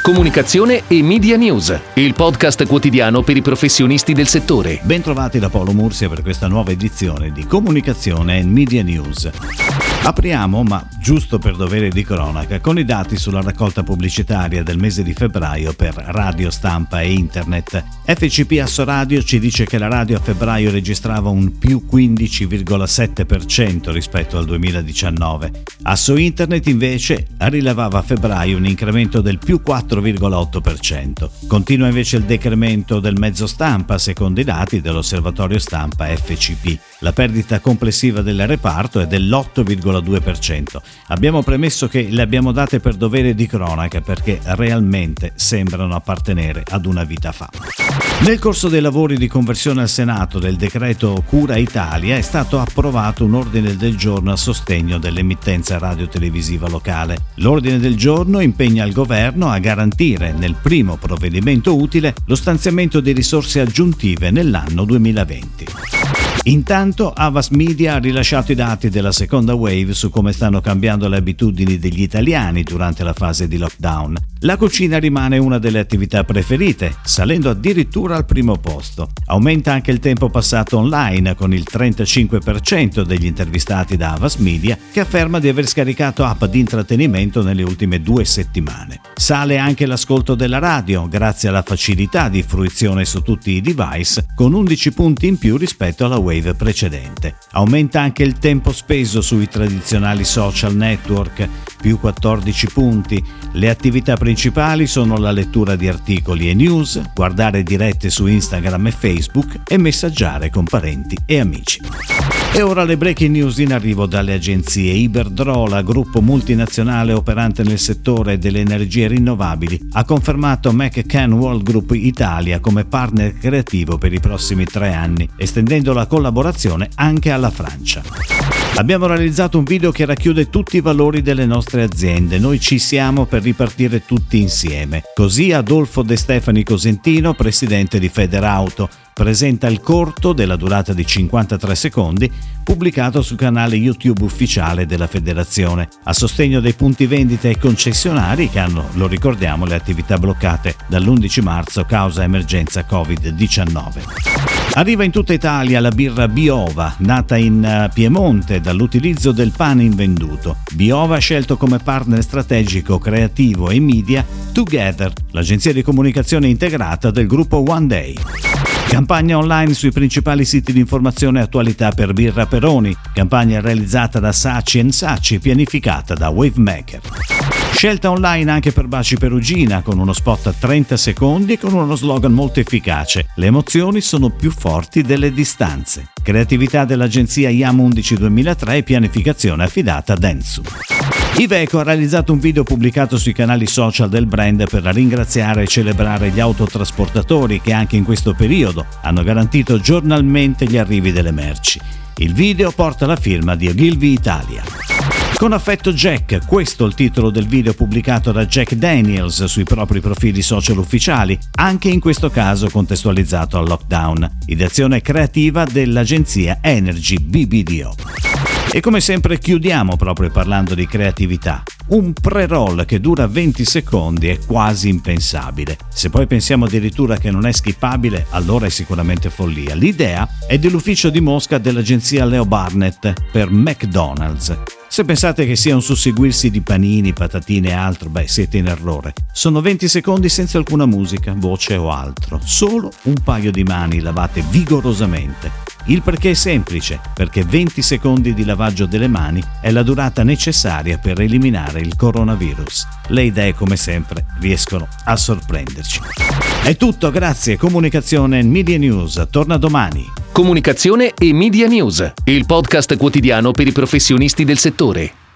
Comunicazione e Media News, il podcast quotidiano per i professionisti del settore. Bentrovati da Paolo Mursia per questa nuova edizione di Comunicazione e Media News. Apriamo, ma giusto per dovere di cronaca, con i dati sulla raccolta pubblicitaria del mese di febbraio per radio, stampa e internet. FCP Assoradio ci dice che la radio a febbraio registrava un più 15,7% rispetto al 2019. Asso Internet invece rilevava a febbraio un incremento del più 4,8%. Continua invece il decremento del mezzo stampa secondo i dati dell'osservatorio stampa FCP. La perdita complessiva del reparto è dell'8,2%. Abbiamo premesso che le abbiamo date per dovere di cronaca perché realmente sembrano appartenere ad una vita fa. Nel corso dei lavori di conversione al Senato del decreto Cura Italia è stato approvato un ordine del giorno a sostegno dell'emittenza radiotelevisiva locale. L'ordine del giorno impegna il governo a garantire nel primo provvedimento utile lo stanziamento di risorse aggiuntive nell'anno 2020. Intanto Havas Media ha rilasciato i dati della seconda wave su come stanno cambiando le abitudini degli italiani durante la fase di lockdown. La cucina rimane una delle attività preferite, salendo addirittura al primo posto. Aumenta anche il tempo passato online, con il 35% degli intervistati da Havas Media che afferma di aver scaricato app di intrattenimento nelle ultime 2 settimane. Sale anche l'ascolto della radio, grazie alla facilità di fruizione su tutti i device, con 11 punti in più rispetto alla wave precedente. Aumenta anche il tempo speso sui tradizionali social network, più 14 punti. Le attività principali sono la lettura di articoli e news, guardare dirette su Instagram e Facebook e messaggiare con parenti e amici. E ora le breaking news in arrivo dalle agenzie. Iberdrola, gruppo multinazionale operante nel settore delle energie rinnovabili, ha confermato McCann World Group Italia come partner creativo per i prossimi 3 anni, estendendo la collaborazione anche alla Francia. Abbiamo realizzato un video che racchiude tutti i valori delle nostre aziende. Noi ci siamo per ripartire tutti insieme. Così Adolfo De Stefani Cosentino, presidente di Federauto, presenta il corto della durata di 53 secondi pubblicato sul canale YouTube ufficiale della federazione a sostegno dei punti vendita e concessionari che hanno, lo ricordiamo, le attività bloccate dall'11 marzo causa emergenza Covid-19. Arriva in tutta Italia la birra Biova, nata in Piemonte dall'utilizzo del pane invenduto. Biova ha scelto come partner strategico, creativo e media Together, l'agenzia di comunicazione integrata del gruppo One Day. Campagna online sui principali siti di informazione e attualità per Birra Peroni. Campagna realizzata da Saci & Saci, pianificata da Wavemaker. Scelta online anche per Baci Perugina, con uno spot a 30 secondi e con uno slogan molto efficace: le emozioni sono più forti delle distanze. Creatività dell'agenzia IAM 11 2003 e pianificazione affidata a Dentsu. Iveco ha realizzato un video pubblicato sui canali social del brand per ringraziare e celebrare gli autotrasportatori che anche in questo periodo hanno garantito giornalmente gli arrivi delle merci. Il video porta la firma di Ogilvy Italia. Con affetto Jack, questo è il titolo del video pubblicato da Jack Daniels sui propri profili social ufficiali, anche in questo caso contestualizzato al lockdown. Ideazione creativa dell'agenzia Energy BBDO. E come sempre chiudiamo proprio parlando di creatività. Un pre-roll che dura 20 secondi è quasi impensabile. Se poi pensiamo addirittura che non è skippabile, allora è sicuramente follia. L'idea è dell'ufficio di Mosca dell'agenzia Leo Barnett per McDonald's. Se pensate che sia un susseguirsi di panini, patatine e altro, siete in errore. Sono 20 secondi senza alcuna musica, voce o altro. Solo un paio di mani lavate vigorosamente. Il perché è semplice, perché 20 secondi di lavaggio delle mani è la durata necessaria per eliminare il coronavirus. Le idee, come sempre, riescono a sorprenderci. È tutto, grazie. Comunicazione e Media News torna domani. Comunicazione e Media News, il podcast quotidiano per i professionisti del settore.